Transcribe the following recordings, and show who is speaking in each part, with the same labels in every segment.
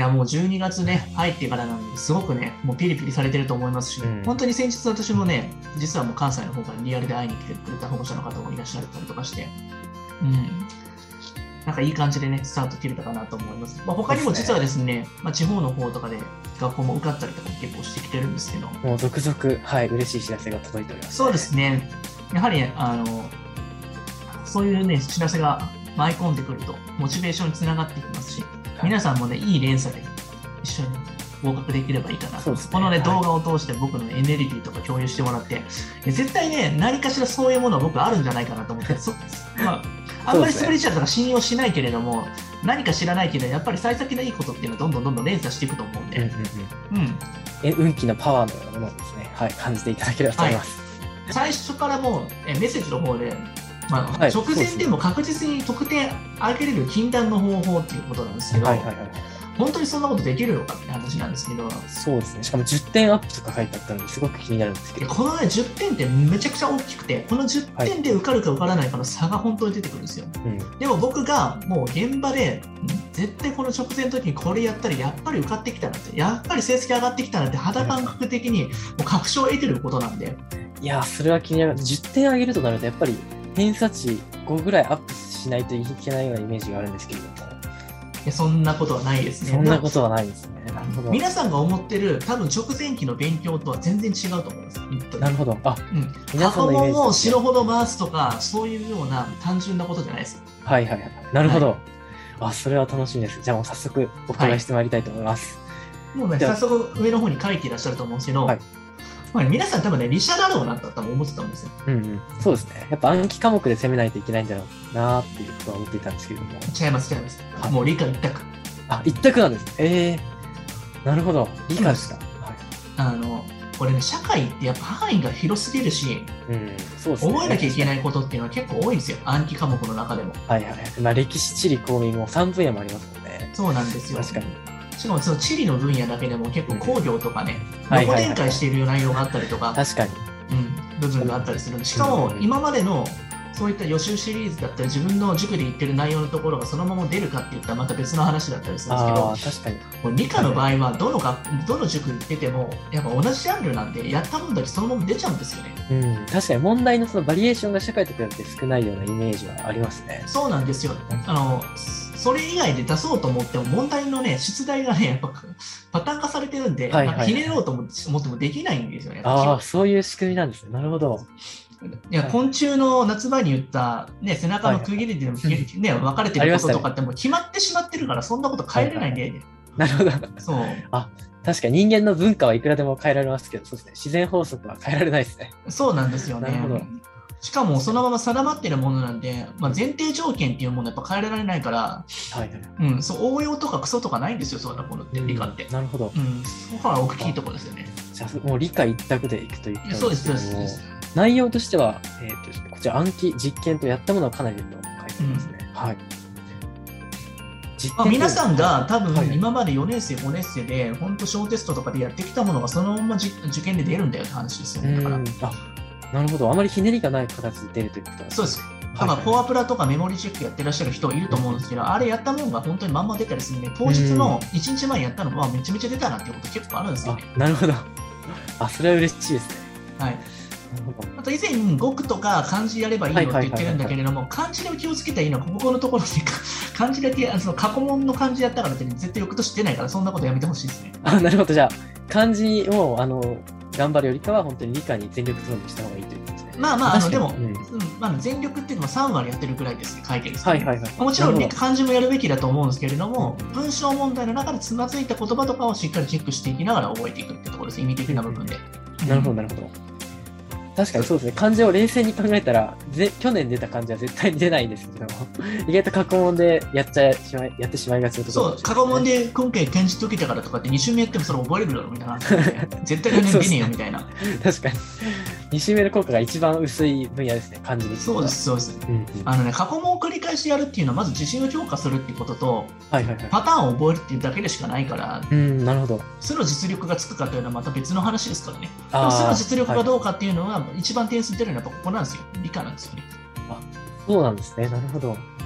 Speaker 1: や、もう12月ね、入ってからなんで、すごくね、もうピリピリされてると思いますし、
Speaker 2: うん。
Speaker 1: 本当に先日私もね、実はもう関西の方からリアルで会いに来てくれた保護者の方もいらっしゃったりとかして、うん、なんかいい感じでね、スタート切れたかなと思います。まあ、他
Speaker 2: そうです
Speaker 1: にも実はで
Speaker 2: ね。
Speaker 1: すね、まあ、地方の方とかで学校も受かったりとかも結構してきてるんですけど、
Speaker 2: もう続々、はい、嬉しい知らせが届いております
Speaker 1: そうで
Speaker 2: ね。
Speaker 1: すね、やはり、そういうね、知らせが舞い込んでくると、モチベーションにつながっていきますし、
Speaker 2: はい。
Speaker 1: 皆さんもね、いい連鎖で一緒に合格できればいいかなと思います。
Speaker 2: そうですね。
Speaker 1: このね、
Speaker 2: はい。
Speaker 1: 動画を通して僕の、ね、エネルギーとか共有してもらって、絶対ね、何かしらそういうものは僕あるんじゃないかなと思って、まあ、あんまり
Speaker 2: そうですね。
Speaker 1: スピリチュアルとか信用しないけれども、何か知らないけど、やっぱり幸先のいいことっていうのはどんどんどんどん連鎖していくと思うんで、
Speaker 2: うんうんうん。
Speaker 1: うん。
Speaker 2: 運気のパワーのようなものをですね、はい、感じていただければと
Speaker 1: はい。
Speaker 2: 思います。
Speaker 1: 最初からもうメッセージの方で、まあ、
Speaker 2: はい、
Speaker 1: 直
Speaker 2: そうですね。
Speaker 1: 前でも確実に得点上げれる禁断の方法っていうことなんですけ
Speaker 2: はい
Speaker 1: ど、
Speaker 2: はいはい。
Speaker 1: 本当にそんなことできるのかって話なんですけど、
Speaker 2: そうですね。しかも10点アップとか書いてあったのですごく気になるんですけど。
Speaker 1: このね、10点ってめちゃくちゃ大きくて、この10
Speaker 2: はい。
Speaker 1: 点で受かるか受からないかの差が本当に出てくるんですよ。
Speaker 2: うん。
Speaker 1: でも僕がもう現場で、絶対この直前の時にこれやったらやっぱり受かってきたなって、やっぱり成績上がってきたなって肌感覚的にもう確証を得てることなんで、
Speaker 2: いやー、それは気になる。10点上げるとなると、やっぱり偏差値5ぐらいアップしないといけないようなイメージがあるんですけれども、
Speaker 1: そんなことはないですね。
Speaker 2: そんなことはないですね。なるほど。
Speaker 1: 皆さんが思ってる多分直前期の勉強とは全然違うと思います。本当に。
Speaker 2: なるほど。あ、
Speaker 1: うん。過去
Speaker 2: 皆さんのイメージと違う。
Speaker 1: 問を白ほど回すとか、そういうような単純なことじゃないです。
Speaker 2: はいはいはい。なるほ
Speaker 1: はい。
Speaker 2: ど。あ、それは楽しみです。じゃあもう早速お伺いし
Speaker 1: はい。
Speaker 2: てまいりたいと思います。
Speaker 1: もうね、
Speaker 2: では、
Speaker 1: 早速上の方に書いていらっしゃると思うんですけど、
Speaker 2: はい。
Speaker 1: まあ、皆さん多分ね、理社だろうなと多分思ってたんですよ。
Speaker 2: うんうん。そうですね。やっぱ暗記科目で攻めないといけないんだろうなーっていうことは思っていたんですけれども。
Speaker 1: 違います、違います。
Speaker 2: はい。
Speaker 1: もう理科一択。
Speaker 2: あ、一択なんですね。なるほど。理
Speaker 1: でも、
Speaker 2: 科ですか。はい。
Speaker 1: あの、これね、社会ってやっぱ範囲が広すぎるし、
Speaker 2: うん、そうですね。
Speaker 1: 覚えなきゃい
Speaker 2: 確かに。
Speaker 1: けないことっていうのは結構多いんですよ。暗記科目の中でも。
Speaker 2: はいはい。まあ、歴史、地理、公民も3分野もありますもんね。
Speaker 1: そうなんですよ。
Speaker 2: 確かに。
Speaker 1: しかもその地理の分野だけでも結構
Speaker 2: うんうん。
Speaker 1: 工業とかね、
Speaker 2: はい
Speaker 1: 横
Speaker 2: はいはいはい。
Speaker 1: 展開している内容があったりとか、
Speaker 2: 確かに。
Speaker 1: うん、部
Speaker 2: しかも、
Speaker 1: 分があったりするんで、し
Speaker 2: うんうんう
Speaker 1: かも
Speaker 2: ん。
Speaker 1: 今までのそういった予習シリーズだったり、自分の塾で言ってる内容のところがそのまま出るかって言ったらまた別の話だったりするんですけど、
Speaker 2: ああ、確かに。
Speaker 1: もう理科
Speaker 2: はいはいはい。
Speaker 1: の場合はどの塾行ってても、やっぱ同じジャンルなんで、やったもんだけそのまま出ちゃうんですよね。
Speaker 2: うん、確かに問題のそのバリエーションが社会と比べて少ないようなイメージはありますね。
Speaker 1: そうなんですよ。
Speaker 2: なるほど。
Speaker 1: あの、それ以外で出そうと思っても問題のね、出題がね、やっぱパターン化されてるんで、
Speaker 2: はい
Speaker 1: なんかひねろう
Speaker 2: はいはいはい。
Speaker 1: と思ってもできないんですよね。やっぱ
Speaker 2: ああ、そういう仕組みなんですね。なるほど。
Speaker 1: いや、
Speaker 2: はいはい。
Speaker 1: 昆虫の夏場に言った、ね、背中の区
Speaker 2: はいはいはい。
Speaker 1: 切りでも、ね、分かれてること
Speaker 2: ありましたね。
Speaker 1: とかってもう決まってしまってるから、そんなこと変えれ
Speaker 2: はいはいはい。
Speaker 1: ないんで、
Speaker 2: なるほど。
Speaker 1: そ
Speaker 2: あ、確かに人間の文化はいくらでも変えられますけど、そうですね。自然法則は変えられないですね。
Speaker 1: そうなんですよね。
Speaker 2: なるほど。
Speaker 1: しかも、
Speaker 2: 確かに。
Speaker 1: そのまま定まってるものなんで、まあ、
Speaker 2: うん。
Speaker 1: 前提条件っていうものはやっぱ変えられないから、
Speaker 2: はいはいはい。
Speaker 1: うん、そう、応用とかクソとかないんですよ、そんなものって、理科
Speaker 2: うん。
Speaker 1: って。
Speaker 2: なるほど。
Speaker 1: うん、そこが大きい
Speaker 2: あ、
Speaker 1: ところですよね。
Speaker 2: じゃあ、もう理科一択でいくと言っ
Speaker 1: いや、そうです、
Speaker 2: たんですけ
Speaker 1: そうです。そうで
Speaker 2: ども、
Speaker 1: す。
Speaker 2: 内容としては、ですね、こちら暗記実験とやったものはかなりの書いてあ
Speaker 1: うん。
Speaker 2: りますね。はい。実
Speaker 1: まあ、
Speaker 2: 験というのは、
Speaker 1: 皆さん
Speaker 2: はい。
Speaker 1: が多
Speaker 2: はいはい。
Speaker 1: 分今まで4年生、5年生で、本当小テストとかでやってきたものがそのまま受験で出るんだよって話ですよね。だから。
Speaker 2: あ、なるほど。あまりひねりがない形で出るということなんですね。
Speaker 1: そうです。だから、
Speaker 2: はいはいはい。
Speaker 1: フォアプラとかメモリチェックやってらっしゃる人いると
Speaker 2: うんうん。
Speaker 1: 思うんですけど、あれやったもんが本当にまんま出たりするんで、当
Speaker 2: う
Speaker 1: 日の
Speaker 2: ん。
Speaker 1: 1日前にやったのはめちゃめちゃ出たなっていうこと結構あるんですよ
Speaker 2: あ、
Speaker 1: ね。
Speaker 2: なるほど。あ、それは嬉しいですね。
Speaker 1: はい。
Speaker 2: なるほど。
Speaker 1: あと以前、語句とか漢字やればいい
Speaker 2: はいはい
Speaker 1: よって言ってるん
Speaker 2: はいはいはい。
Speaker 1: だけれども、漢字で気をつけたらいいのは、ここのところで漢字だけ、その過去問の漢字やったからって絶対翌年出ないから、そんなことやめてほしいですね。
Speaker 2: あ、なるほど。じゃあ、漢字を、頑張るよりかは、本当に理科に全力投入した方がいいということですね。
Speaker 1: まあまあ、
Speaker 2: 確かに。
Speaker 1: でも、
Speaker 2: うん。
Speaker 1: まあ、全力っていうのは3割やってるくらいですね、書いてる人はね。
Speaker 2: はいはいはい。
Speaker 1: もちろん、
Speaker 2: なるほど。
Speaker 1: 漢字もやるべきだと思うんですけれども、
Speaker 2: うんうん
Speaker 1: 文章問題の中でつまずいた言葉とかをしっかりチェックしていきながら覚えていくってところです、意味的
Speaker 2: うんうんうん。
Speaker 1: な部分で。
Speaker 2: なるほどなるほど。確かにそうですね。漢字を冷静に考えたら、去年出た漢字は絶対に出ないんですけども、意外と過去問でやってしまいがちなところ
Speaker 1: そう、
Speaker 2: かもしれ
Speaker 1: 過去問
Speaker 2: ないですね。
Speaker 1: で今回漢字解けたからとかって2週目やってもそれ覚えれるだろうみたいな話なんで、絶対来年出ねえ
Speaker 2: そうですね。
Speaker 1: よみたいな。
Speaker 2: 確かに。2週目の効果が一番薄い分野ですね。漢字で聞くと。
Speaker 1: そうです、そうです。
Speaker 2: うんうん。
Speaker 1: 過去問を繰り返しやるっていうのは、まず自信を強化するっていうことと、
Speaker 2: はいはいはい。
Speaker 1: パターンを覚えるっていうだけでしかないから、
Speaker 2: うん、なるほど。
Speaker 1: 素の実力がつくかというのはまた別の話ですからね。でも素の
Speaker 2: ああ、
Speaker 1: 実力
Speaker 2: はいはい。
Speaker 1: がどうかっていうのは、一番点数出るのはやっぱここなんですよ。理科なんですよね。
Speaker 2: あ、そうなんですね。なるほど。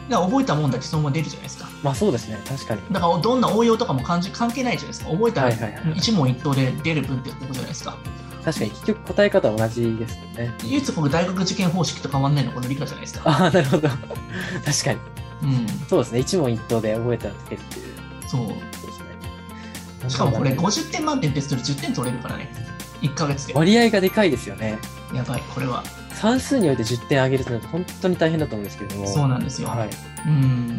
Speaker 1: だから覚えたもんだけそのまま出るじゃないですか。
Speaker 2: まあそうですね、確かに。
Speaker 1: だからどんな応用とかも関係ないじゃないですか。覚えたら
Speaker 2: はいはいはい
Speaker 1: 一問一答で出る分ってことじゃないですか。
Speaker 2: 確かに、結局答え方は同じですもんね。
Speaker 1: 唯一僕大学受験方式と変わんないのはこの理科じゃないですか。
Speaker 2: ああ、なるほど。確かに。
Speaker 1: うん。
Speaker 2: そうですね、一問一答で覚えたら解けるっていう。
Speaker 1: そう。
Speaker 2: そうですね。
Speaker 1: しかもこれ50点満点テストで10点取れるからね。1ヶ月で。
Speaker 2: 割合がでかいですよね。
Speaker 1: やばい、これは。
Speaker 2: 算数において10点上げるとなると本当に大変だと思うんですけれども。
Speaker 1: そうなんですよ。
Speaker 2: はい。
Speaker 1: うん。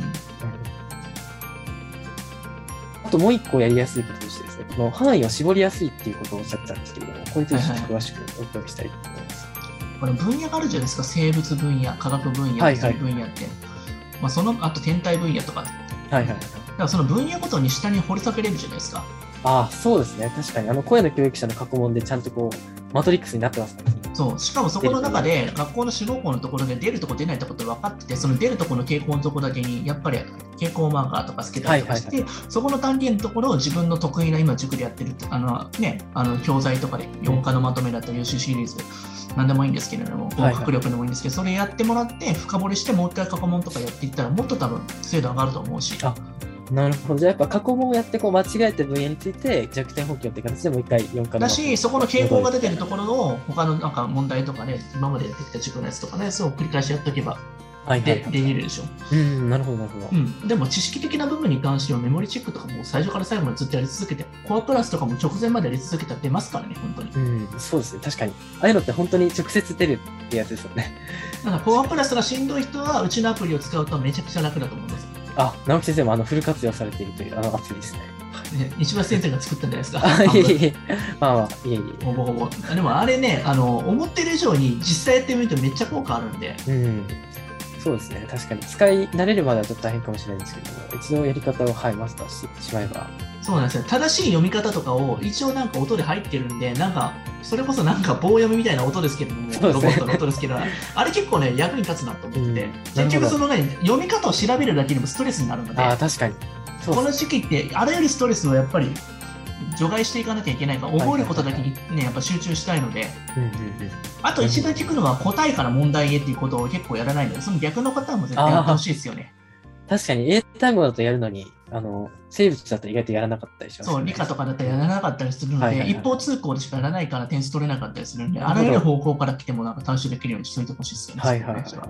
Speaker 2: あともう一個やりやすいこととしてですね、この範囲を絞りやすいっていうことをおっしゃってたんですけれども、これについてちょっと詳しくお伺いしたいと思います。
Speaker 1: これ分野があるじゃないですか。生物分野、科学分野、
Speaker 2: はいはい
Speaker 1: 物理分野って。まあ、あと天体分野とか。
Speaker 2: はいはい。
Speaker 1: だからその分野ごとに下に掘り下げれるじゃないですか。
Speaker 2: ああ、そうですね。確かに。声の教育者の過去問でちゃんとこう、マトリックスになってますからね。
Speaker 1: そう。しかもそこの中で、学校の志望校のところで出るとこ出ないとこって分かってて、その出るとこの傾向のところだけに、やっぱり傾向マーカーとかつけたりとかして、そこの単元のところを自分の得意な今塾でやってる、教材とかで4科のまとめだったり優秀シリーズ、なんでもいいんですけれども、学力でもいいんですけど、それやってもらって、深掘りして、もう一回過去問とかやっていったら、もっと多分精度上がると思うし。
Speaker 2: なるほど。じゃあやっぱ過去問をやって間違えた分野について弱点補強って形でもう一回4科
Speaker 1: だし、そこの傾向が出てるところを他のなんか問題とかね、今までやってきた塾のやつとかね、そう繰り返しやっておけばできるでしょ。
Speaker 2: なるほど、なるほど。
Speaker 1: でも知識的な部分に関してはメモリチェックとかも最初から最後までずっとやり続けて、コアプラスとかも直前までやり続けたら出ますからね、本当に。
Speaker 2: そうですね、確かに。ああいうのって本当に直接出るってやつですよね。
Speaker 1: だからコアプラスがしんどい人は、うちのアプリを使うとめちゃくちゃ楽だと思うんです。
Speaker 2: 直木先生もフル活用されているというアプリですね。
Speaker 1: 西橋先生が作ったんじゃないですか。
Speaker 2: まあまあ、いえいえ。
Speaker 1: ほぼほぼ。でもあれね、思ってる以上に実際やってみるとめっちゃ効果あるんで。
Speaker 2: そうですね。確かに使い慣れるまではちょっと大変かもしれないんですけども、一度やり方を、マスターしてしまえば。
Speaker 1: そうなんですよ。正しい読み方とかを一応なんか音で入ってるんで、なんか、それこそなんか棒読みみたいな音ですけども、ロボットの音ですけど、あれ結構ね、役に立つなと思ってて、結局その読み方を調べるだけでもストレスになるので、
Speaker 2: 確かに。
Speaker 1: この時期って、あれよりストレスをやっぱり除外していかなきゃいけないから、覚えることだけにね、やっぱ集中したいので、あと一番聞くのは答えから問題へっていうことを結構やらないので、その逆のパターンも絶対やってほしいですよね。
Speaker 2: 確かに英単語だとやるのに、生物だと意外とやらなかったりしますね。
Speaker 1: そう、理科とかだったらやらなかったりするので、一方通行でしかやらないから点数取れなかったりするので、あらゆる方向から来てもなんか短縮できるようにしておいてほしいですよね。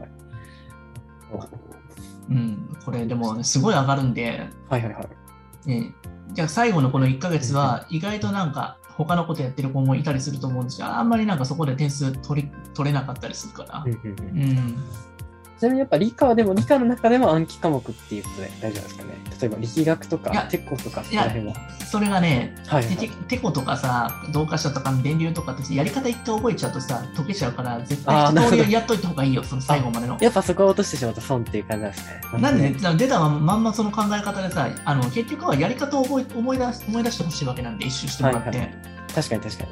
Speaker 1: これでも、ね、すごい上がるんで、じゃあ最後のこの1ヶ月は意外となんか他のことやってる子もいたりすると思うんですが、あんまりなんかそこで点数取れなかったりするから。
Speaker 2: ちなみにやっぱ理科はでも理科の中でも暗記科目っていうことで大丈夫ですかね。例えば力学とかテコとかそこら辺は。
Speaker 1: それがね、テコとかさ、動化者とか電流とかってやり方一回覚えちゃうとさ、解けちゃうから絶対一通りやっといた方がいいよ、その最後までの。
Speaker 2: やっぱそこを落としてしまうと損っていう感じなんですね。
Speaker 1: なんでね、出たまんまその考え方でさ、結局はやり方を思い出してほしいわけなんで、一周してもらって。
Speaker 2: 確かに確かに。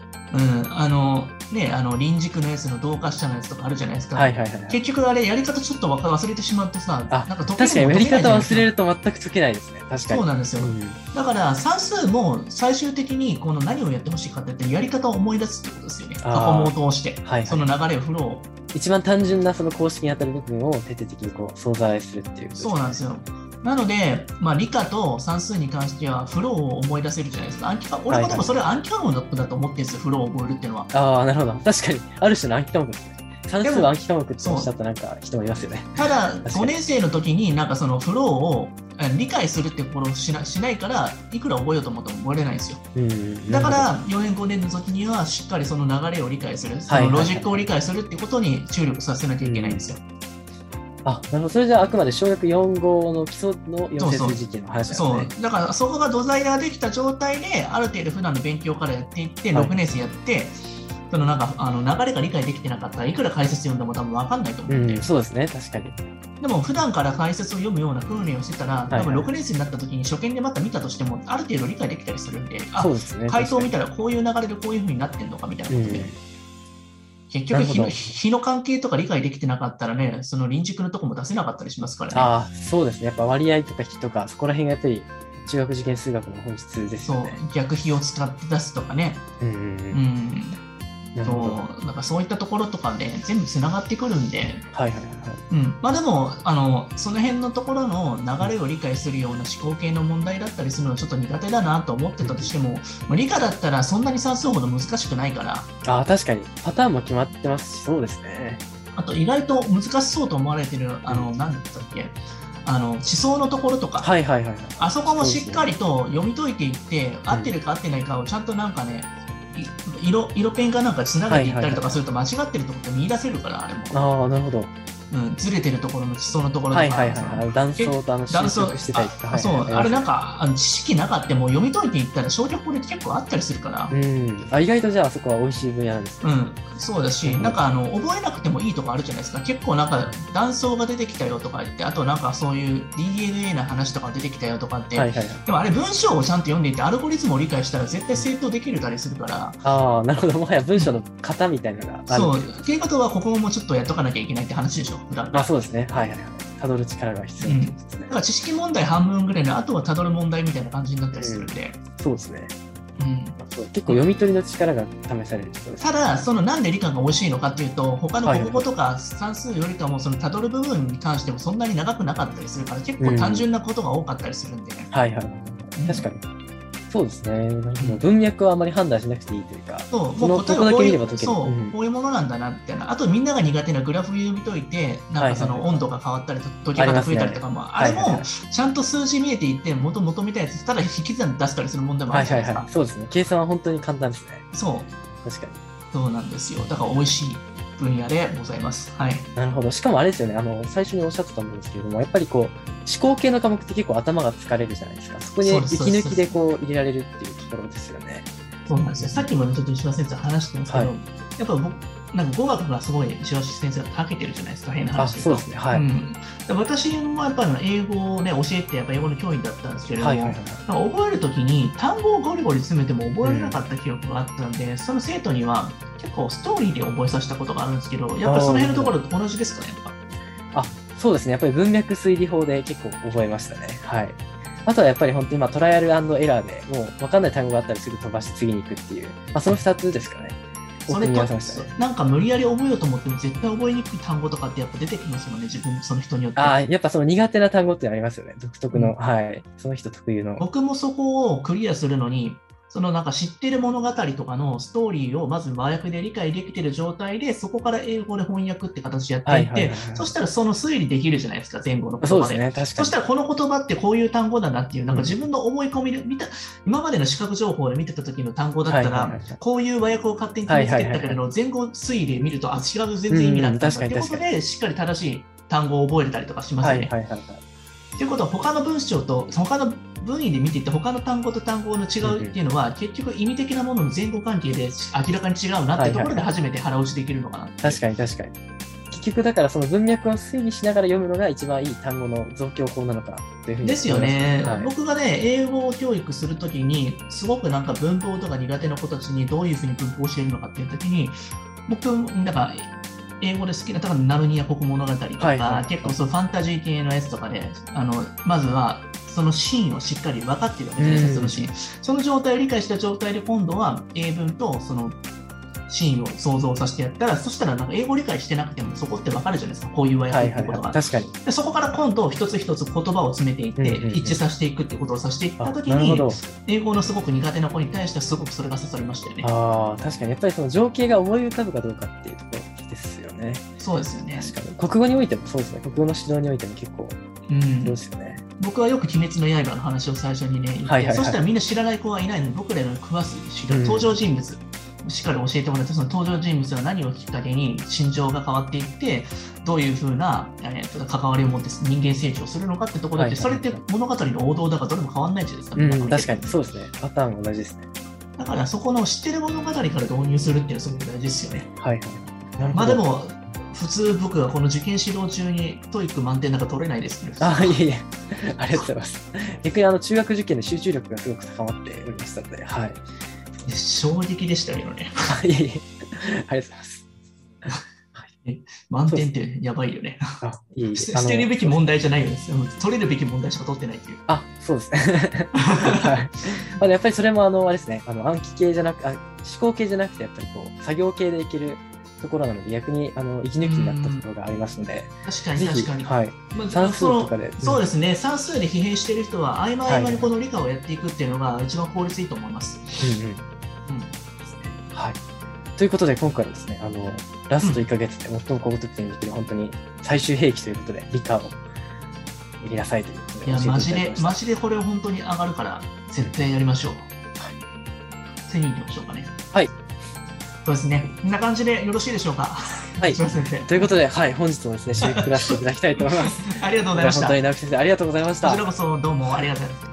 Speaker 1: 臨軸のやつの動化者のやつとかあるじゃないですか。結局あれやり方ちょっと忘れてしまうとさ、なんか
Speaker 2: 確かにやり方忘れると全く解けないですね。確かに。
Speaker 1: そうなんですよ。だから算数も最終的にこの何をやってほしいかってやり方を思い出すってことですよね。過去問を通して、その流れをフローを。
Speaker 2: 一番単純なその公式に当たる部分を徹底的に相談するっていう。
Speaker 1: そうなんですよ。なので、理科と算数に関してはフローを思い出せるじゃないですか。俺もでもそれは暗記科目だと思ってるんですよ、フローを覚えるっていうのは。
Speaker 2: なるほど。確かに、ある種の暗記科目ですね。算数は暗記科目っておっしゃったなんか人もいますよね。
Speaker 1: ただ、5年生の時になんかそのフローを理解するってことをしないから、いくら覚えようと思っても覚えれないんですよ。だから、4年、5年の時にはしっかりその流れを理解する、そのロジックを理解するってことに注力させなきゃいけないんですよ。
Speaker 2: なるほど。それじゃあ、あくまで小学4号の基礎の4整数時期の話ですね。
Speaker 1: だからそこが土台ができた状態で、ある程度普段の勉強からやっていって、6年生やって、そのなんか流れが理解できてなかったらいくら解説読んでも多分分かんないと思うんで、
Speaker 2: そうですね、確かに。
Speaker 1: でも普段から解説を読むような訓練をしてたら、多分6年生になった時に初見でまた見たとしてもある程度理解できたりするんで、回答を見たらこういう流れでこういう風になってるのかみたいなことで、結局比の関係とか理解できてなかったらね、その臨軸のとこも出せなかったりしますからね。
Speaker 2: そうですね。やっぱ割合とか比とか、そこら辺がやっぱり中学受験数学の本質ですよね。
Speaker 1: 逆比を使って出すとかね。
Speaker 2: なるほど。
Speaker 1: なんかそういったところとかで全部つながってくるんで、
Speaker 2: はいはいはい。
Speaker 1: まあでもその辺のところの流れを理解するような思考系の問題だったりするのはちょっと苦手だなと思ってたとしても、まあ理科だったらそんなに算数ほど難しくないから、
Speaker 2: 確かに。パターンも決まってますし、そうですね。
Speaker 1: あと意外と難しそうと思われてる、なんだったっけ、地層のところとか、
Speaker 2: はいはいはいはい。
Speaker 1: あそこもしっかりと読み解いていって、合ってるか合ってないかをちゃんとなんかね、色ペンかなんかつなげていったりとかすると間違ってるところって見出せるから、あれも。
Speaker 2: なるほど。
Speaker 1: ずれてるところの地層のところとか、
Speaker 2: はいはいはい。断層と収縮してたりとか。
Speaker 1: そう、あれなんか知識なかったも読み解いていったら消去法で結構あったりするから。
Speaker 2: 意外とじゃあそこは美味しい分野なんですね。
Speaker 1: そうだし、なんか覚えなくてもいいとこあるじゃないですか。結構なんか断層が出てきたよとか言って、あとなんかそういう DNA の話とか出てきたよとかって、でもあれ文章をちゃんと読んでいてアルゴリズムを理解したら絶対正当できるたりするから。
Speaker 2: なるほど。もはや文章の型みたいなのがある。
Speaker 1: そう。っていうことはここもちょっとやっとかなきゃいけないって話でしょ。
Speaker 2: そうですね。はいはいはい。たどる力が必要ですね。
Speaker 1: だから知識問題半分ぐらいの、あとはたどる問題みたいな感じになったりするんで。
Speaker 2: そうですね。結構読み取りの力が試されるところです。
Speaker 1: ただ、なんで理科が美味しいのかっていうと、他の国語とか算数よりかも、たどる部分に関してもそんなに長くなかったりするから、結構単純なことが多かったりするんでね。
Speaker 2: はいはい。確かに。そうですね。文脈はあまり判断しなくていいというか、
Speaker 1: もう答えをこういうものなんだなってあとみんなが苦手なグラフ読み解いて、なんか温度が変わったり、溶け方増えたりとかも、あれもちゃんと数字見えていって、求めたやつ、ただ引き算出したりする問題もあるじゃないですか。
Speaker 2: そうですね。計算は本当に簡単ですね。
Speaker 1: そう。
Speaker 2: 確かに。
Speaker 1: そうなんですよ。だから美味しい分野でございます。はい。
Speaker 2: なるほど。しかもあれですよね。最初におっしゃってたんですけれども、やっぱり思考系の科目って結構頭が疲れるじゃないですか。そこに息抜きで入れられるっていうところですよね。
Speaker 1: そうなんですよ。さっきもちょっと石橋先生話してますけど、やっぱなんか語学がすごい石橋先生が長けてるじゃないですか、変な話で。
Speaker 2: そうですね。はい。
Speaker 1: 私もやっぱり英語をね、教えて、やっぱ英語の教員だったんですけれども、覚えるときに単語をゴリゴリ詰めても覚えられなかった記憶があったんで、その生徒には結構ストーリーで覚えさせたことがあるんですけど、やっぱりその辺のところと同じですかね、やっ
Speaker 2: ぱ。そうですね。やっぱり文脈推理法で結構覚えましたね。はい。あとはやっぱり本当にトライアル&エラーでもう分かんない単語があったらすぐ飛ばして次に行くっていう、その2つですかね。
Speaker 1: それと、なんか無理やり覚えようと思っても絶対覚えにくい単語とかってやっぱ出てきますもんね、その人によって。
Speaker 2: やっぱその苦手な単語ってありますよね、独特の、その人特有の。
Speaker 1: 僕もそこをクリアするのに、なんか知ってる物語とかのストーリーをまず和訳で理解できている状態で、そこから英語で翻訳って形でやっていって、そしたらその推理できるじゃないですか、前後の言葉で。
Speaker 2: そうですね、確かに。
Speaker 1: そしたらこの言葉ってこういう単語だなっていう、なんか自分の思い込みで今までの視覚情報で見てた時の単語だったら、こういう和訳を勝手に決めつけてたけれど、前後推理で見ると、違う、全然意味だったんだってことで、しっかり正しい単語を覚えれたりとかしますよね。ということは、他の文章と、他の文意で見ていって、他の単語と単語の違うっていうのは、結局意味的なものの前後関係で明らかに違うなってところで初めて腹落ちできるのかな。
Speaker 2: 確かに確かに。結局だからその文脈を推理しながら読むのが一番いい単語の増強法なのかというふうに
Speaker 1: ですよね。僕がね、英語教育するときに、すごくなんか文法とか苦手な子たちにどういうふうに文法を教えるのかっていうときに、僕、なんか、英語で好きな、例えばナルニア国物語とか、結構そうファンタジー系のやつとかで、まずはそのシーンをしっかり分かっているわけですね、そのシーン。その状態を理解した状態で今度は英文とそのシーンを想像させてやったら、そしたらなんか英語理解してなくてもそこって分かるじゃないですか、こういう和訳ってことが。
Speaker 2: 確かに。
Speaker 1: でそこから今度一つ一つ言葉を詰めていって、一致させていくってことをさせていったときに、英語のすごく苦手な子に対してはすごくそれが刺さりましたよね。
Speaker 2: 確かに。やっぱりその情景が思い浮かぶかどうかっていうところですよね。
Speaker 1: そうですよね。
Speaker 2: 確かに。国語においてもそうですね。国語の指導においても結構、そうですよね。
Speaker 1: 僕はよく鬼滅の刃の話を最初にね、言って、そしたらみんな知らない子はいないのに、僕らの食わす登場人物、しっかり教えてもらって、その登場人物が何をきっかけに心情が変わっていって、どういうふうな関わりを持って人間成長するのかってところで、それって物語の王道だからどれも変わんないじゃないですか。
Speaker 2: 確かに、そうですね。パターン同じですね。
Speaker 1: だからそこの知ってる物語から導入するっていうのはすごく大事ですよね。まあでも、普通僕はこの受験指導中にトイック満点なんか取れないですけど。
Speaker 2: いえいえ、ありがとうございます。逆に中学受験で集中力がすごく高まっておりましたので、
Speaker 1: 衝撃でしたけどね。
Speaker 2: いえいえ、ありがとうございます。
Speaker 1: 満点っ
Speaker 2: そうですね。
Speaker 1: てやばいよね。
Speaker 2: あ、いえいえ、
Speaker 1: 捨てるべき問題じゃないよね。取れるべき問題しか取ってないっていう。
Speaker 2: あ、そうですね。はい。まあ、やっぱりそれもあれですね、暗記系じゃなく、思考系じゃなくて、やっぱりこう、作業系でいけるところなので、逆に、息抜きになったところがありますので、
Speaker 1: 確かに
Speaker 2: ぜひ、
Speaker 1: 確かに。
Speaker 2: はい。
Speaker 1: まあ
Speaker 2: 算数とかで、
Speaker 1: そうですね。算数で疲弊している人は、合間合間に
Speaker 2: はい。
Speaker 1: この理科をやっていくっていうのが一番効率いいと思います。
Speaker 2: うんうん。
Speaker 1: うん。
Speaker 2: はい。ということで、今回はですね、ラスト1ヶ月で最も高得点できる、本当に最終兵器ということで、理科をやりなさいということで
Speaker 1: いや、
Speaker 2: 教えていただきました。
Speaker 1: マジでこれ本当に上がるから、絶対やりましょう。次に行きましょうかね。
Speaker 2: はい。
Speaker 1: そうですね。こんな感じでよろしいでしょうか。
Speaker 2: はい。
Speaker 1: すいません。
Speaker 2: ということで、はい、本日もですね、締めくくらせていただきたいと思います。
Speaker 1: ありがとうございました。
Speaker 2: 本当に直木先生、ありがとうございました。
Speaker 1: こちらこそどうもありがとうございます。